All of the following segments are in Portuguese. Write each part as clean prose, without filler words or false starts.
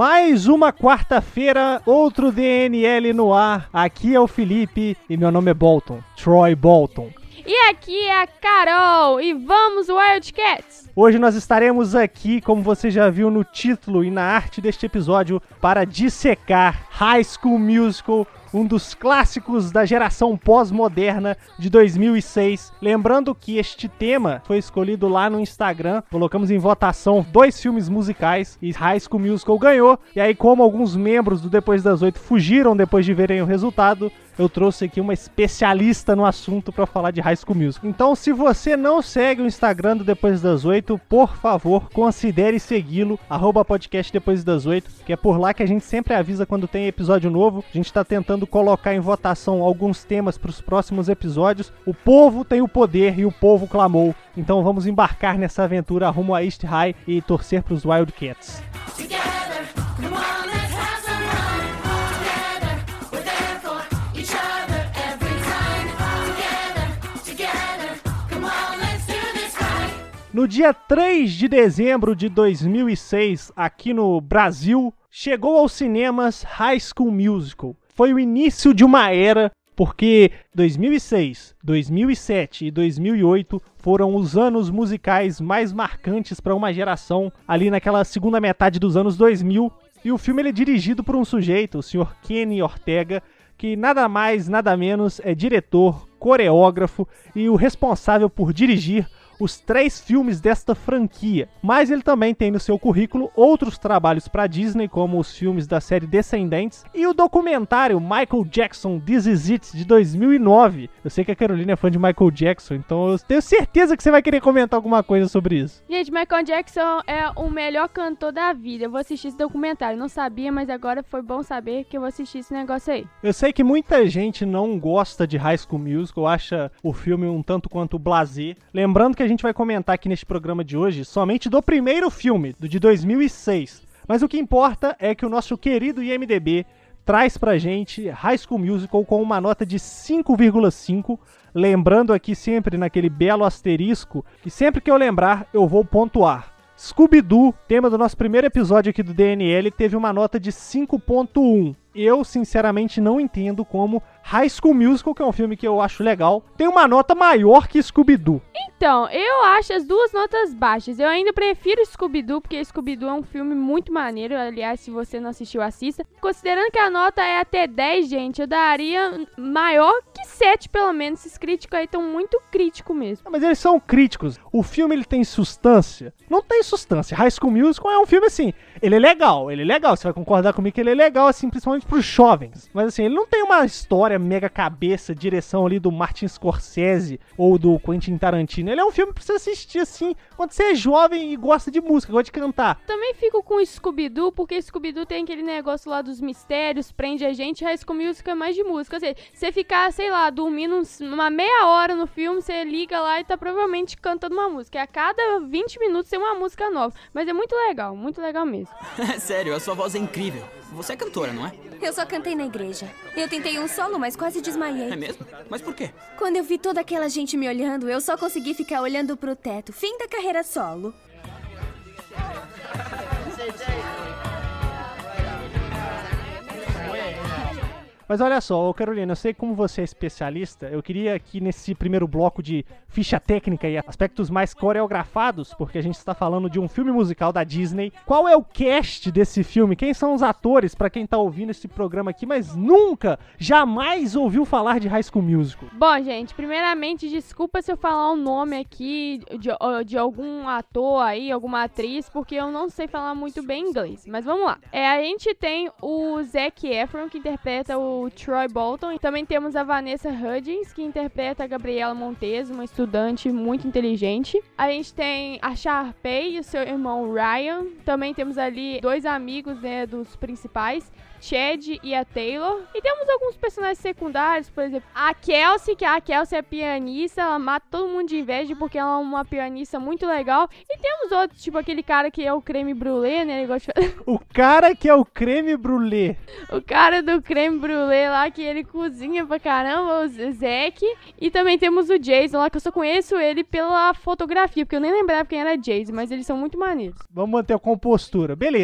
Mais uma quarta-feira, outro DNL no ar. Aqui é o Felipe e meu nome é Bolton, Troy Bolton. E aqui é a Carol e vamos Wildcats! Hoje nós estaremos aqui, como você já viu no título e na arte deste episódio, para dissecar High School Musical, um dos clássicos da geração pós-moderna de 2006. Lembrando que este tema foi escolhido lá no Instagram, colocamos em votação 2 filmes musicais e High School Musical ganhou. E aí, como alguns membros do Depois das 8 fugiram depois de verem o resultado, eu trouxe aqui uma especialista no assunto para falar de High School Musical. Então, se você não segue o Instagram do Depois das 8, por favor, considere segui-lo, @podcast Depois das 8, que é por lá que a gente sempre avisa quando tem episódio novo. A gente está tentando colocar em votação alguns temas para os próximos episódios. O povo tem o poder e o povo clamou. Então vamos embarcar nessa aventura rumo a East High e torcer para os Wildcats. No dia 3 de dezembro de 2006, aqui no Brasil, chegou aos cinemas High School Musical. Foi o início de uma era, porque 2006, 2007 e 2008 foram os anos musicais mais marcantes para uma geração, ali naquela segunda metade dos anos 2000. E o filme ele é dirigido por um sujeito, o Sr. Kenny Ortega, que nada mais, nada menos é diretor, coreógrafo e o responsável por dirigir os 3 filmes desta franquia. Mas ele também tem no seu currículo outros trabalhos para Disney, como os filmes da série Descendentes e o documentário Michael Jackson This Is It, de 2009. Eu sei que a Carolina é fã de Michael Jackson, então eu tenho certeza que você vai querer comentar alguma coisa sobre isso. Gente, Michael Jackson é o melhor cantor da vida. Eu vou assistir esse documentário. Não sabia, mas agora foi bom saber que eu vou assistir esse negócio aí. Eu sei que muita gente não gosta de High School Musical, acha o filme um tanto quanto blasé. Lembrando que a gente vai comentar aqui neste programa de hoje somente do primeiro filme, do de 2006. Mas o que importa é que o nosso querido IMDb traz pra gente High School Musical com uma nota de 5,5. Lembrando aqui sempre naquele belo asterisco, que sempre que eu lembrar eu vou pontuar. Scooby-Doo, tema do nosso primeiro episódio aqui do DNL, teve uma nota de 5,1. Eu, sinceramente, não entendo como High School Musical, que é um filme que eu acho legal, tem uma nota maior que Scooby-Doo. Então, eu acho as duas notas baixas. Eu ainda prefiro Scooby-Doo, porque Scooby-Doo é um filme muito maneiro. Aliás, se você não assistiu, assista. Considerando que a nota é até 10, gente, eu daria maior que 7, pelo menos. Esses críticos aí estão muito críticos mesmo. Mas eles são críticos. O filme, ele tem substância? Não tem substância. High School Musical é um filme, assim, ele é legal. Você vai concordar comigo que ele é legal, assim, principalmente pros jovens. Mas, assim, ele não tem uma história mega cabeça, direção ali do Martin Scorsese ou do Quentin Tarantino. Ele é um filme pra você assistir, assim, quando você é jovem e gosta de música, gosta de cantar. Também fico com Scooby-Doo, porque Scooby-Doo tem aquele negócio lá dos mistérios, prende a gente. High School Musical é mais de música. Ou seja, você ficar, sei lá, dormindo uma meia hora no filme, você liga lá e tá provavelmente cantando uma música. E a cada 20 minutos tem uma música nova. Mas é muito legal mesmo. Sério, a sua voz é incrível. Você é cantora, não é? Eu só cantei na igreja. Eu tentei um solo, mas quase desmaiei. É mesmo? Mas por quê? Quando eu vi toda aquela gente me olhando, eu só consegui ficar olhando pro teto. Fim da carreira solo. Mas olha só, Carolina, eu sei que como você é especialista, eu queria aqui nesse primeiro bloco de ficha técnica e aspectos mais coreografados, porque a gente está falando de um filme musical da Disney. Qual é o cast desse filme? Quem são os atores, pra quem tá ouvindo esse programa aqui, mas nunca, jamais ouviu falar de High School Musical? Bom, gente, primeiramente, desculpa se eu falar o nome aqui de algum ator aí, alguma atriz, porque eu não sei falar muito bem inglês. Mas vamos lá. A gente tem o Zac Efron, que interpreta o Troy Bolton. E também temos a Vanessa Hudgens, que interpreta a Gabriela Montez, uma estudante muito inteligente. A gente tem a Sharpay e o seu irmão Ryan. Também temos ali 2 amigos, né, dos principais, Chad e a Taylor. E temos alguns personagens secundários, por exemplo, a Kelsey, que a Kelsey é pianista, ela mata todo mundo de inveja porque ela é uma pianista muito legal. E temos outros, tipo aquele cara que é o creme brulee, né? O cara que é o creme brulee. O cara do creme brulee lá, que ele cozinha pra caramba, o Zac. E também temos o Jason lá, que eu só conheço ele pela fotografia, porque eu nem lembrava quem era Jason, mas eles são muito maneiros. Vamos manter a compostura, beleza.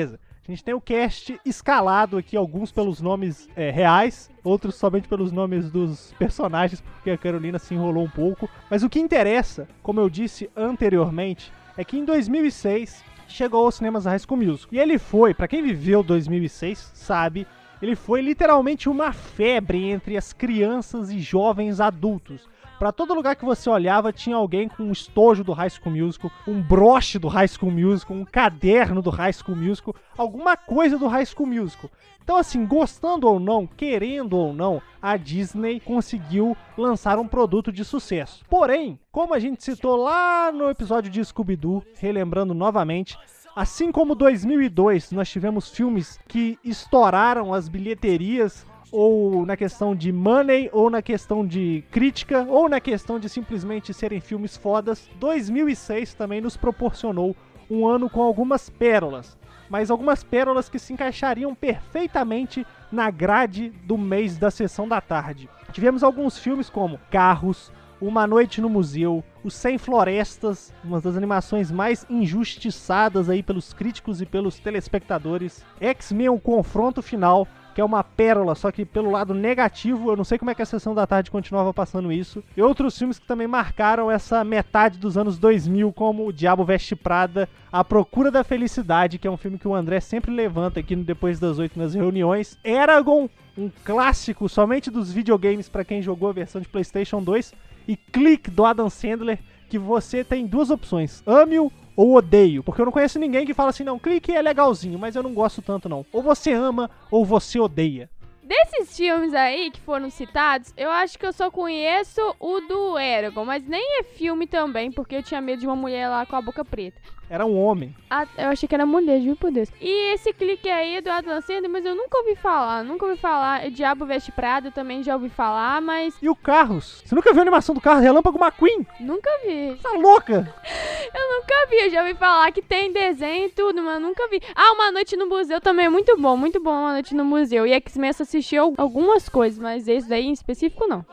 A gente tem o cast escalado aqui, alguns pelos nomes reais, outros somente pelos nomes dos personagens, porque a Carolina se enrolou um pouco. Mas o que interessa, como eu disse anteriormente, é que em 2006 chegou aos cinemas High School Musical. E ele foi, pra quem viveu 2006, sabe, ele foi literalmente uma febre entre as crianças e jovens adultos. Pra todo lugar que você olhava, tinha alguém com um estojo do High School Musical, um broche do High School Musical, um caderno do High School Musical, alguma coisa do High School Musical. Então, assim, gostando ou não, querendo ou não, a Disney conseguiu lançar um produto de sucesso. Porém, como a gente citou lá no episódio de Scooby-Doo, relembrando novamente, assim como 2002, nós tivemos filmes que estouraram as bilheterias, ou na questão de money, ou na questão de crítica, ou na questão de simplesmente serem filmes fodas, 2006 também nos proporcionou um ano com algumas pérolas, mas algumas pérolas que se encaixariam perfeitamente na grade do mês da Sessão da Tarde. Tivemos alguns filmes como Carros, Uma Noite no Museu, Os 100 Florestas, uma das animações mais injustiçadas aí pelos críticos e pelos telespectadores, X-Men, o Confronto Final, que é uma pérola, só que pelo lado negativo. Eu não sei como é que a Sessão da Tarde continuava passando isso. E outros filmes que também marcaram essa metade dos anos 2000, como O Diabo Veste Prada, A Procura da Felicidade, que é um filme que o André sempre levanta aqui no Depois das 8 nas reuniões, Eragon, um clássico somente dos videogames para quem jogou a versão de PlayStation 2, e Click, do Adam Sandler, que você tem duas opções, ame-o ou odeio, porque eu não conheço ninguém que fala assim, não, Clique é legalzinho, mas eu não gosto tanto não. Ou você ama, ou você odeia. Desses filmes aí que foram citados, eu acho que eu só conheço o do Eragon, mas nem é filme também, porque eu tinha medo de uma mulher lá com a boca preta. Era um homem. Ah, eu achei que era mulher, juro por Deus. E esse Clique aí do Adam Sandler, mas eu nunca ouvi falar. O Diabo Veste Prada eu também já ouvi falar, mas... E o Carros? Você nunca viu a animação do Carros Relâmpago McQueen? Nunca vi. Tá louca? Eu nunca vi, eu já ouvi falar que tem desenho e tudo, mas nunca vi. Ah, Uma Noite no Museu também é muito bom Uma Noite no Museu. E X-Men assistiu algumas coisas, mas esse daí em específico não.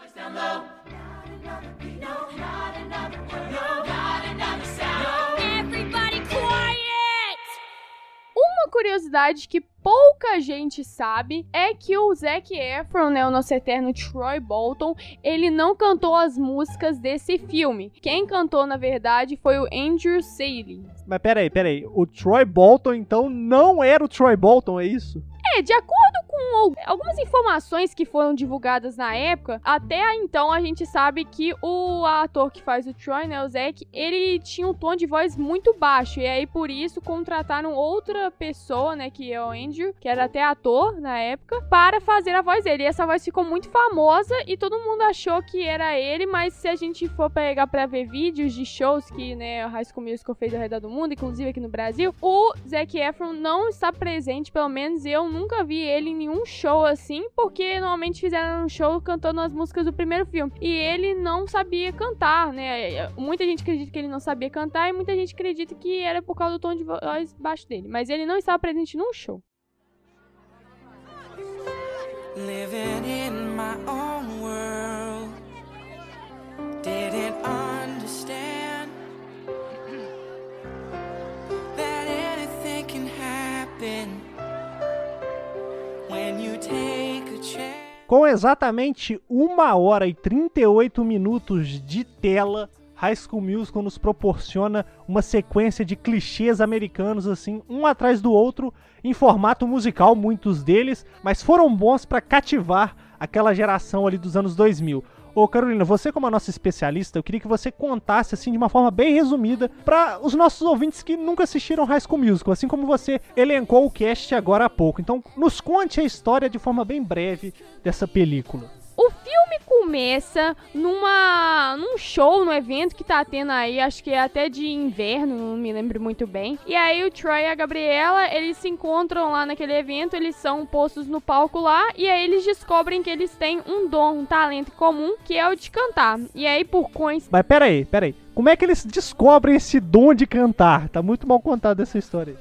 Uma curiosidade que pouca gente sabe é que o Zac Efron, né, o nosso eterno Troy Bolton, ele não cantou as músicas desse filme. Quem cantou, na verdade, foi o Andrew Seeley. Mas peraí. O Troy Bolton, então, não era o Troy Bolton, é isso? De acordo com algumas informações que foram divulgadas na época, até então a gente sabe que o ator que faz o Troy, né, o Zac, ele tinha um tom de voz muito baixo, e aí por isso contrataram outra pessoa, né, que é o Andrew, que era até ator na época, para fazer a voz dele. E essa voz ficou muito famosa e todo mundo achou que era ele, mas se a gente for pegar pra ver vídeos de shows que, né, o High School Musical fez ao redor do mundo, inclusive aqui no Brasil, o Zac Efron não está presente, pelo menos eu nunca vi ele em nenhum show assim, porque normalmente fizeram um show cantando as músicas do primeiro filme. E ele não sabia cantar, né? Muita gente acredita que ele não sabia cantar e muita gente acredita que era por causa do tom de voz baixo dele. Mas ele não estava presente num show. Living in my own world, didn't understand that anything can happen. Com exatamente 1h e 38 minutos de tela, High School Musical nos proporciona uma sequência de clichês americanos, assim, um atrás do outro, em formato musical, muitos deles, mas foram bons para cativar aquela geração ali dos anos 2000. Ô Carolina, você como a nossa especialista, eu queria que você contasse assim de uma forma bem resumida para os nossos ouvintes que nunca assistiram High School Musical, assim como você elencou o cast agora há pouco. Então, nos conte a história de forma bem breve dessa película. O filme começa num show, num evento que tá tendo aí, acho que é até de inverno, não me lembro muito bem. E aí o Troy e a Gabriela, eles se encontram lá naquele evento, eles são postos no palco lá, e aí eles descobrem que eles têm um dom, um talento comum, que é o de cantar. E aí por coincidência... Mas peraí. Como é que eles descobrem esse dom de cantar? Tá muito mal contado essa história. Não, é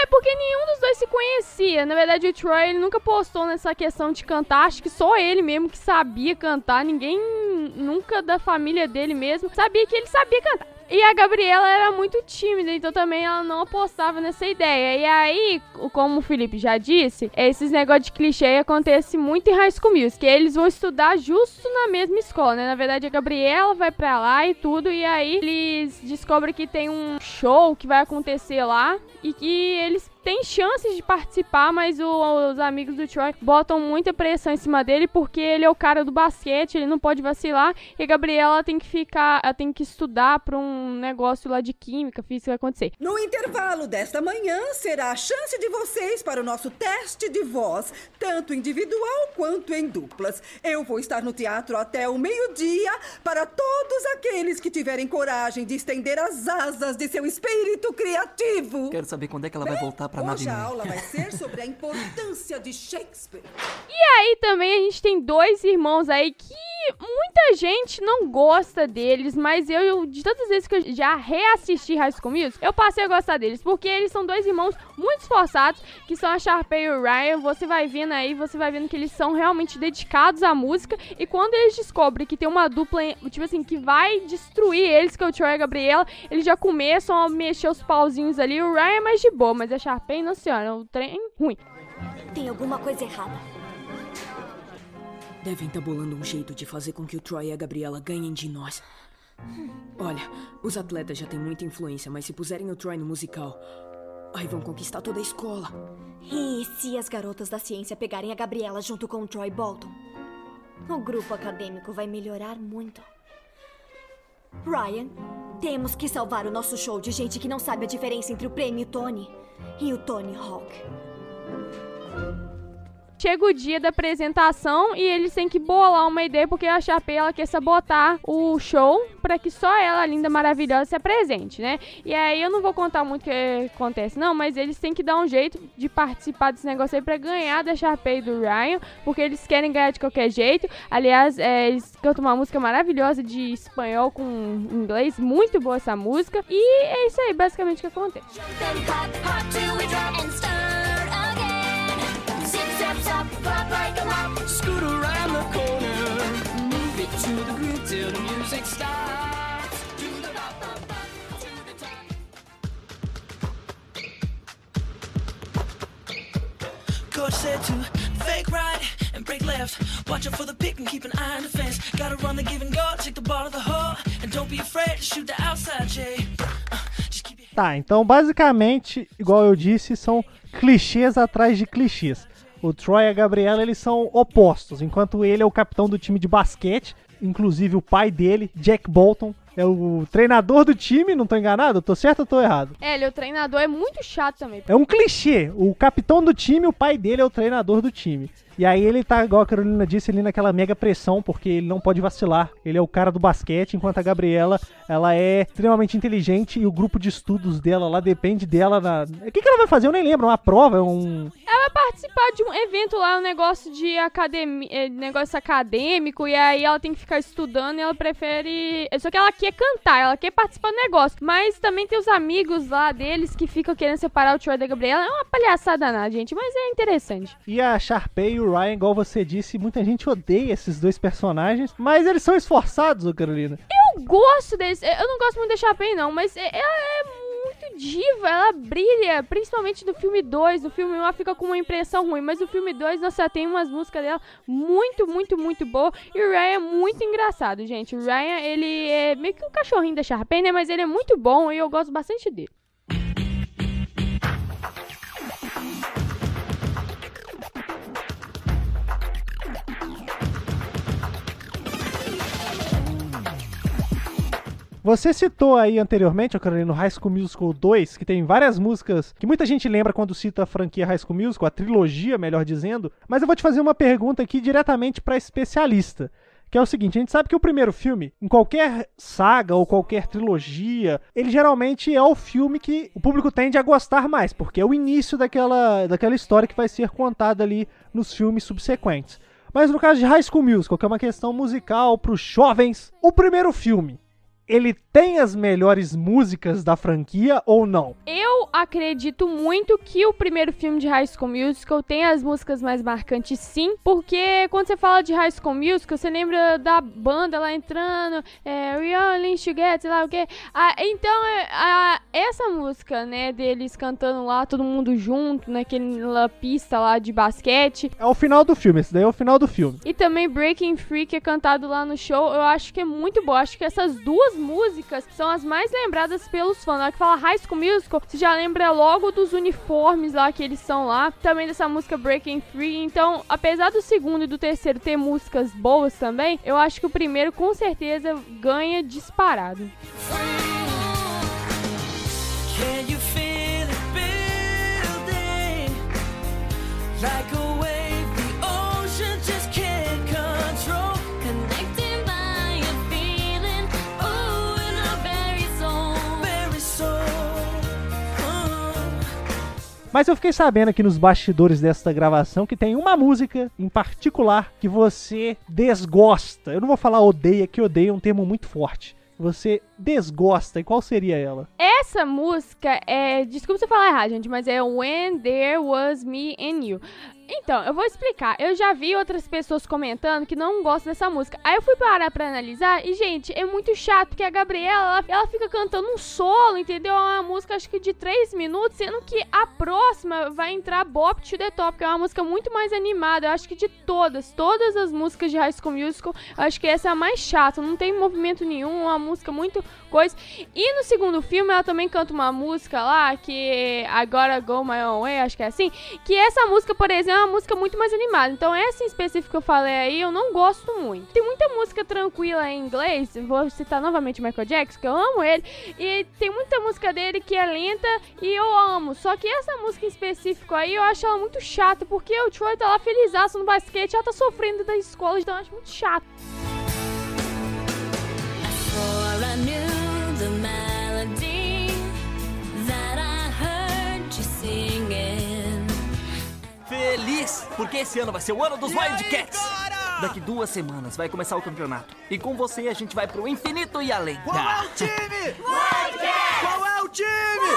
É porque nenhum dos dois se conhecia. Na verdade, o Troy, ele nunca postou nessa questão de cantar. Acho que só ele mesmo que sabia cantar. Ninguém nunca da família dele mesmo sabia que ele sabia cantar. E a Gabriela era muito tímida, então também ela não apostava nessa ideia. E aí, como o Felipe já disse, esses negócios de clichê acontecem muito em High School Music, que eles vão estudar justo na mesma escola, né? Na verdade, a Gabriela vai pra lá e tudo, e aí eles descobrem que tem um show que vai acontecer lá e que eles têm chances de participar, mas os amigos do Troy botam muita pressão em cima dele porque ele é o cara do basquete, ele não pode vacilar, e a Gabriela tem que estudar pra um negócio lá de química, física vai acontecer. No intervalo desta manhã, será a chance de vocês para o nosso teste de voz, tanto individual quanto em duplas. Eu vou estar no teatro até o meio-dia para todos aqueles que tiverem coragem de estender as asas de seu espírito criativo. Quero saber quando é que ela vai voltar pra nave Hoje a mãe. aula vai ser sobre a importância de Shakespeare. E aí também a gente tem dois irmãos aí que muita gente não gosta deles, mas eu de tantas vezes que eu já reassisti High School Music, eu passei a gostar deles, porque eles são dois irmãos muito esforçados, que são a Sharpay e o Ryan. Você vai vendo que eles são realmente dedicados à música, e quando eles descobrem que tem uma dupla, tipo assim, que vai destruir eles, que é o Troy e a Gabriela, eles já começam a mexer os pauzinhos ali. O Ryan é mais de boa, mas a Sharpay, nossa senhora, o trem ruim. Tem alguma coisa errada. Devem estar bolando um jeito de fazer com que o Troy e a Gabriela ganhem de nós. Olha, os atletas já têm muita influência, mas se puserem o Troy no musical, aí vão conquistar toda a escola. E se as garotas da ciência pegarem a Gabriela junto com o Troy Bolton? O grupo acadêmico vai melhorar muito. Ryan, temos que salvar o nosso show de gente que não sabe a diferença entre o Prêmio Tony e o Tony Hawk. Chega o dia da apresentação e eles têm que bolar uma ideia, porque a Sharpay, ela quer sabotar o show pra que só ela, linda, maravilhosa, se apresente, né? E aí eu não vou contar muito o que acontece não, mas eles têm que dar um jeito de participar desse negócio aí pra ganhar da Sharpay e do Ryan, porque eles querem ganhar de qualquer jeito. Aliás, eles cantam uma música maravilhosa de espanhol com inglês, muito boa essa música, e é isso aí basicamente que acontece. Scoot around the corner, move it to the groove till the music stops. Do the bop bop bop to the top. Coach said to fake right and break left. Watch out for the pick and keep an eye on the fence. Gotta run the give and go, take the ball to the hole, and don't be afraid to shoot the outside, Jay. Just keep your... Tá, então basicamente, igual eu disse, são clichês atrás de clichês. O Troy e a Gabriela, eles são opostos, enquanto ele é o capitão do time de basquete, inclusive o pai dele, Jack Bolton, é o treinador do time, não tô enganado? Tô certo ou tô errado? Ele é o treinador, é muito chato também. É um clichê, o capitão do time, o pai dele é o treinador do time. E aí ele tá, igual a Carolina disse, ali naquela mega pressão, porque ele não pode vacilar. Ele é o cara do basquete, enquanto a Gabriela, ela é extremamente inteligente e o grupo de estudos dela lá depende dela na... O que ela vai fazer? Eu nem lembro, uma prova, Ela vai participar de um evento lá, um negócio de academia, negócio acadêmico, e aí ela tem que ficar estudando e ela prefere... Só que ela quer cantar, ela quer participar do negócio. Mas também tem os amigos lá deles que ficam querendo separar o Troy da Gabriela. É uma palhaçada nada, gente, mas é interessante. E a Sharpay e o Ryan, igual você disse, muita gente odeia esses dois personagens, mas eles são esforçados, ô Carolina. Eu gosto deles, eu não gosto muito da Sharpay não, mas ela é muito diva, ela brilha, principalmente no filme 2, no filme 1 ela fica com uma impressão ruim, mas no filme 2, nossa, tem umas músicas dela muito, muito, muito boas, e o Ryan é muito engraçado, gente. O Ryan, ele é meio que um cachorrinho da Sharpay, né, mas ele é muito bom e eu gosto bastante dele. Você citou aí anteriormente, Carolina, no High School Musical 2, que tem várias músicas que muita gente lembra quando cita a franquia High School Musical, a trilogia, melhor dizendo, mas eu vou te fazer uma pergunta aqui diretamente para especialista, que é o seguinte: a gente sabe que o primeiro filme, em qualquer saga ou qualquer trilogia, ele geralmente é o filme que o público tende a gostar mais, porque é o início daquela história que vai ser contada ali nos filmes subsequentes. Mas no caso de High School Musical, que é uma questão musical para os jovens, o primeiro filme, ele tem as melhores músicas da franquia ou não? Eu acredito muito que o primeiro filme de High School Musical tem as músicas mais marcantes, sim, porque quando você fala de High School Musical, você lembra da banda lá entrando, We Only Together, sei lá o que. Então, essa música, né, deles cantando lá, todo mundo junto, naquela pista lá de basquete. É o final do filme, esse daí é o final do filme. E também Breaking Free, que é cantado lá no show, eu acho que é muito bom. Acho que essas duas músicas são as mais lembradas pelos fãs. Na hora que fala High School Musical, você já lembra logo dos uniformes lá que eles são lá. Também dessa música Breaking Free. Então, apesar do segundo e do terceiro ter músicas boas também, eu acho que o primeiro com certeza ganha disparado. Can you feel it building? Like a wave the ocean just can't control. Connected by a feeling, oh, in our very soul. Mas eu fiquei sabendo aqui nos bastidores desta gravação que tem uma música em particular que você desgosta. Eu não vou falar odeia, que odeia é um termo muito forte. Você desgosta, e qual seria ela? Essa música desculpa se eu falar errado, gente, mas é When There Was Me and You. Então, eu vou explicar. Eu já vi outras pessoas comentando que não gostam dessa música. Aí eu fui parar pra analisar e, gente, é muito chato, porque a Gabriela, ela fica cantando um solo, entendeu? É uma música, acho que de 3 minutos, sendo que a próxima vai entrar Bop to the Top, que é uma música muito mais animada. Eu acho que de todas as músicas de High School Musical, eu acho que essa é a mais chata. Não tem movimento nenhum, uma música muito coisa. E no segundo filme, ela também canta uma música lá, que I Gotta Go My Own Way, acho que é assim, que essa música, por exemplo, é uma música muito mais animada. Então essa em específico que eu falei aí, eu não gosto muito. Tem muita música tranquila em inglês, vou citar novamente Michael Jackson, que eu amo ele, e tem muita música dele que é lenta e eu amo. Só que essa música em específico aí, eu acho ela muito chata, porque o Troy tá lá felizaço no basquete, ela tá sofrendo da escola, então eu acho muito chato. Feliz, porque esse ano vai ser o ano dos Wildcats. Daqui 2 semanas vai começar o campeonato. E com você a gente vai pro infinito e além. Qual é o time? Wildcats! Qual é o time?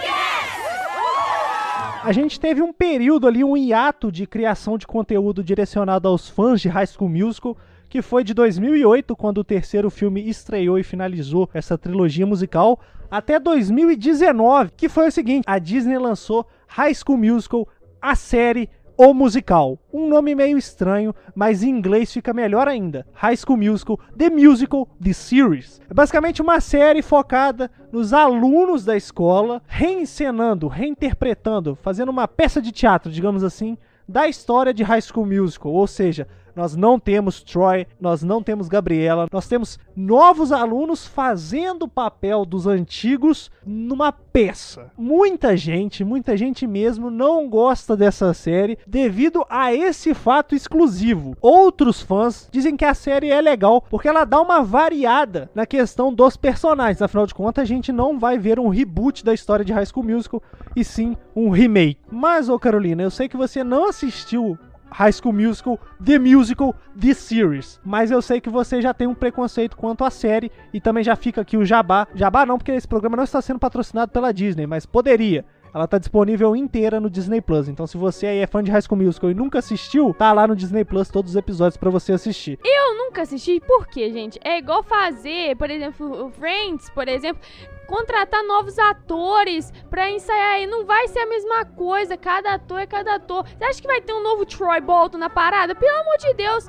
A gente teve um período ali, um hiato de criação de conteúdo direcionado aos fãs de High School Musical, que foi de 2008, quando o terceiro filme estreou e finalizou essa trilogia musical, até 2019, que foi o seguinte: a Disney lançou High School Musical, a série, o musical. Um nome meio estranho, mas em inglês fica melhor ainda. High School Musical, The Musical, The Series. É basicamente uma série focada nos alunos da escola, reencenando, reinterpretando, fazendo uma peça de teatro, digamos assim, da história de High School Musical. Ou seja, nós não temos Troy, nós não temos Gabriela, nós temos novos alunos fazendo o papel dos antigos numa peça. Muita gente mesmo não gosta dessa série devido a esse fato exclusivo. Outros fãs dizem que a série é legal porque ela dá uma variada na questão dos personagens. Afinal de contas, a gente não vai ver um reboot da história de High School Musical, e sim um remake. Mas, ô Carolina, eu sei que você não assistiu High School Musical, The Musical, The Series, mas eu sei que você já tem um preconceito quanto à série, e também já fica aqui o jabá. Jabá não, porque esse programa não está sendo patrocinado pela Disney, mas poderia. Ela tá disponível inteira no Disney Plus, então se você aí é fã de High School Musical e nunca assistiu, tá lá no Disney Plus todos os episódios pra você assistir. Eu nunca assisti, por quê, gente? É igual fazer, por exemplo, o Friends, por exemplo, contratar novos atores pra ensaiar, e não vai ser a mesma coisa, cada ator é cada ator. Você acha que vai ter um novo Troy Bolton na parada? Pelo amor de Deus!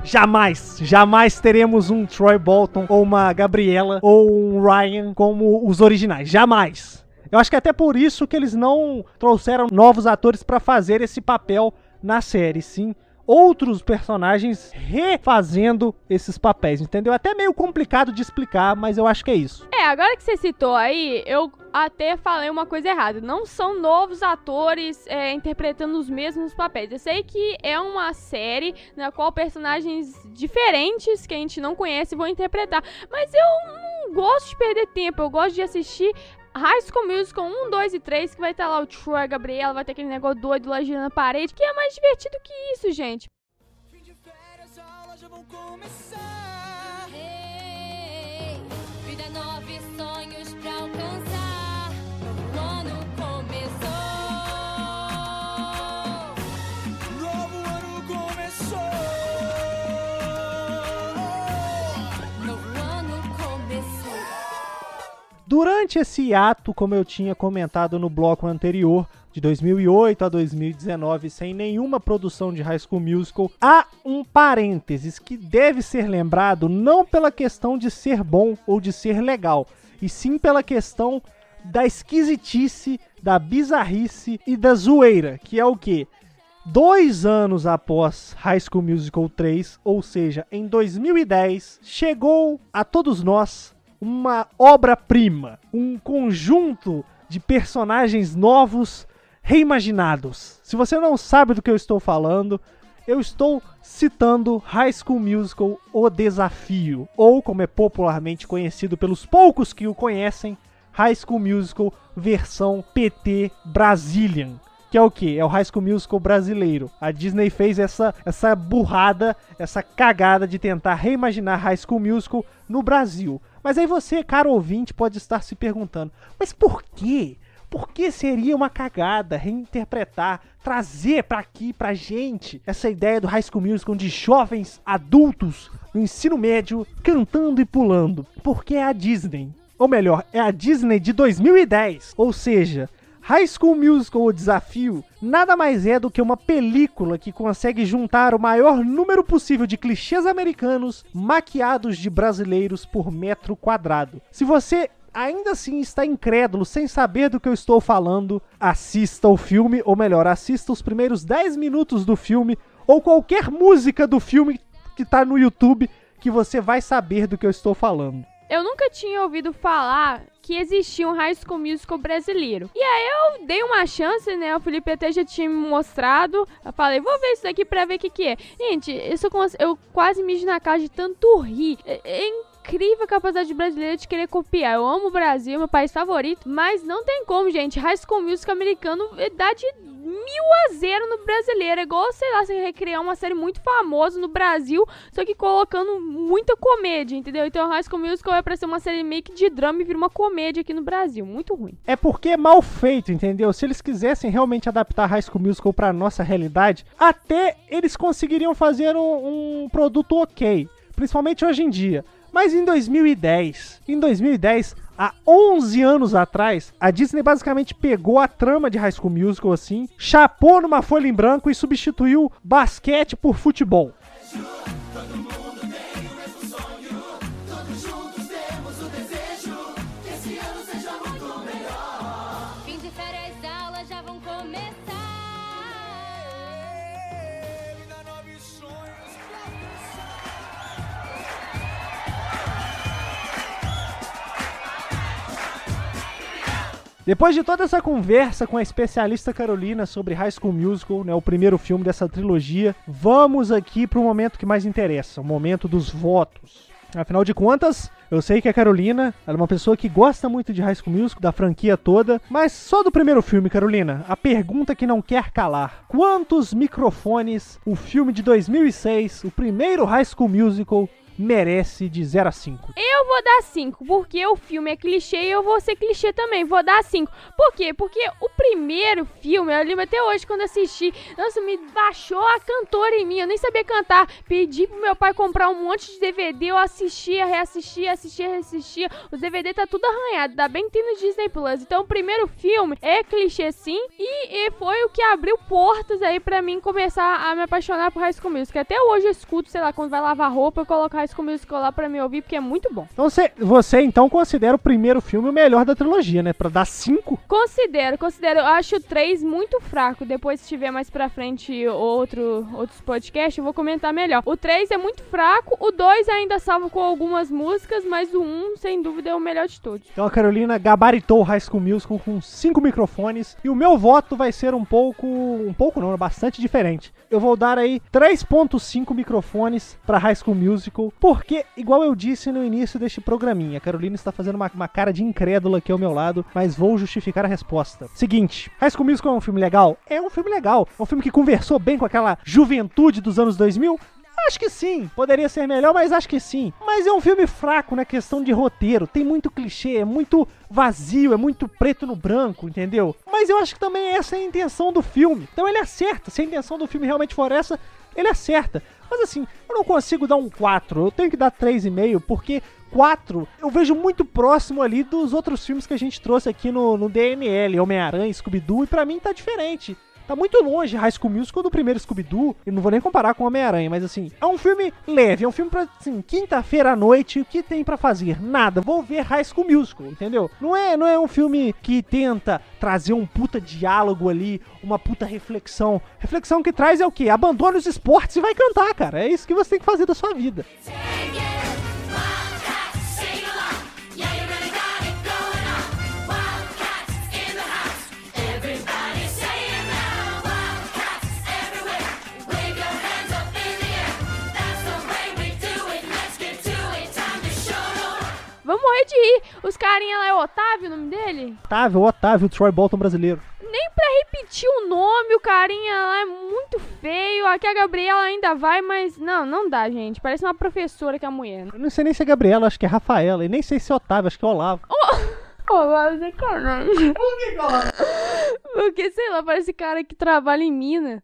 Jamais teremos um Troy Bolton, ou uma Gabriela, ou um Ryan como os originais, jamais! Eu acho que é até por isso que eles não trouxeram novos atores pra fazer esse papel na série, sim, outros personagens refazendo esses papéis, entendeu? É até meio complicado de explicar, mas eu acho que é isso. Agora que você citou aí, eu até falei uma coisa errada. Não são novos atores interpretando os mesmos papéis. Eu sei que é uma série na qual personagens diferentes que a gente não conhece vão interpretar, mas eu não gosto de perder tempo, eu gosto de assistir High School Musical 1, 2 e 3, que vai estar lá o Troy, a Gabriela, vai ter aquele negócio doido lá girando na parede, que é mais divertido que isso, gente. Fim de férias, aulas já vão começar. Hey, vida nova e sonho. Durante esse hiato, como eu tinha comentado no bloco anterior, de 2008 a 2019, sem nenhuma produção de High School Musical, há um parênteses que deve ser lembrado não pela questão de ser bom ou de ser legal, e sim pela questão da esquisitice, da bizarrice e da zoeira, que é o quê? 2 anos após High School Musical 3, ou seja, em 2010, chegou a todos nós uma obra-prima, um conjunto de personagens novos reimaginados. Se você não sabe do que eu estou falando, eu estou citando High School Musical O Desafio, ou como é popularmente conhecido pelos poucos que o conhecem, High School Musical versão PT Brazilian. Que é o quê? É o High School Musical brasileiro. A Disney fez essa burrada, essa cagada de tentar reimaginar High School Musical no Brasil. Mas aí você, caro ouvinte, pode estar se perguntando, mas por quê? Por que seria uma cagada reinterpretar, trazer pra aqui, pra gente, essa ideia do High School Musical de jovens adultos no ensino médio cantando e pulando? Porque é a Disney. Ou melhor, é a Disney de 2010. Ou seja, High School Musical O Desafio nada mais é do que uma película que consegue juntar o maior número possível de clichês americanos maquiados de brasileiros por metro quadrado. Se você ainda assim está incrédulo, sem saber do que eu estou falando, assista o filme, ou melhor, assista os primeiros 10 minutos do filme, ou qualquer música do filme que está no YouTube, que você vai saber do que eu estou falando. Eu nunca tinha ouvido falar que existia um High School Musical brasileiro. E aí eu dei uma chance, né? O Felipe até já tinha me mostrado. Eu falei, vou ver isso daqui pra ver o que é. Gente, eu quase mijo na cara de tanto rir. É incrível a capacidade brasileira de querer copiar. Eu amo o Brasil, meu país favorito, mas não tem como, gente. High School Musical americano dá de 1000-0 no brasileiro. É igual, sei lá, você recriar uma série muito famosa no Brasil, só que colocando muita comédia, entendeu? Então High School Musical é pra ser uma série meio que de drama e vira uma comédia aqui no Brasil. Muito ruim. É porque é mal feito, entendeu? Se eles quisessem realmente adaptar High School Musical pra nossa realidade, até eles conseguiriam fazer um produto ok, principalmente hoje em dia. Mas em 2010, há 11 anos atrás, a Disney basicamente pegou a trama de High School Musical assim, chapou numa folha em branco e substituiu basquete por futebol. Depois de toda essa conversa com a especialista Carolina sobre High School Musical, né, o primeiro filme dessa trilogia, vamos aqui para o momento que mais interessa, o momento dos votos. Afinal de contas, eu sei que a Carolina ela é uma pessoa que gosta muito de High School Musical, da franquia toda, mas só do primeiro filme, Carolina, a pergunta que não quer calar. Quantos microfones o filme de 2006, o primeiro High School Musical, merece de 0 a 5? Eu vou dar 5, porque o filme é clichê e eu vou ser clichê também, vou dar 5. Por quê? Porque o primeiro filme, eu lembro até hoje quando assisti, nossa, me baixou a cantora em mim, eu nem sabia cantar, pedi pro meu pai comprar um monte de DVD, eu assistia, reassistia, os DVD tá tudo arranhado, ainda bem que tem no Disney Plus. Então o primeiro filme é clichê sim, e foi o que abriu portas aí pra mim começar a me apaixonar por High School Musical. Até hoje eu escuto, sei lá, quando vai lavar roupa, eu coloco High School Musical lá pra me ouvir, porque é muito bom. Então você então considera o primeiro filme o melhor da trilogia, né? Pra dar 5? Considero. Eu acho o 3 muito fraco. Depois, se tiver mais pra frente outros podcasts, eu vou comentar melhor. O 3 é muito fraco, o 2 ainda salvo com algumas músicas, mas o 1, sem dúvida, é o melhor de todos. Então a Carolina gabaritou o High School Musical com 5 microfones, e o meu voto vai ser bastante diferente. Eu vou dar aí 3.5 microfones pra High School Musical, porque, igual eu disse no início deste programinha, a Carolina está fazendo uma cara de incrédula aqui ao meu lado, mas vou justificar a resposta. Seguinte, High School Musical é um filme legal? É um filme legal. É um filme que conversou bem com aquela juventude dos anos 2000? Acho que sim. Poderia ser melhor, mas acho que sim. Mas é um filme fraco na questão de roteiro. Tem muito clichê, é muito vazio, é muito preto no branco, entendeu? Mas eu acho que também essa é a intenção do filme. Então ele acerta. Se a intenção do filme realmente for essa, ele acerta. Mas assim, eu não consigo dar um 4, eu tenho que dar 3,5, porque 4 eu vejo muito próximo ali dos outros filmes que a gente trouxe aqui no DNL, Homem-Aranha, Scooby-Doo, e pra mim tá diferente. Tá muito longe High School Musical do primeiro Scooby-Doo, e não vou nem comparar com Homem-Aranha, mas assim, é um filme leve, é um filme pra, assim, quinta-feira à noite, o que tem pra fazer? Nada, vou ver High School Musical, entendeu? Não é um filme que tenta trazer um puta diálogo ali, uma puta reflexão. Reflexão que traz é o quê? Abandone os esportes e vai cantar, cara. É isso que você tem que fazer da sua vida. Vamos morrer de rir. Os carinha lá, é o Otávio o nome dele? Otávio, o Troy Bolton brasileiro. Nem pra repetir o nome, o carinha lá é muito feio. Aqui a Gabriela ainda vai, mas não dá, gente. Parece uma professora que é a mulher. Eu não sei nem se é Gabriela, acho que é Rafaela. E nem sei se é Otávio, acho que é Olavo. Olavo é caralho. Por que Olavo? Porque, sei lá, parece cara que trabalha em mina.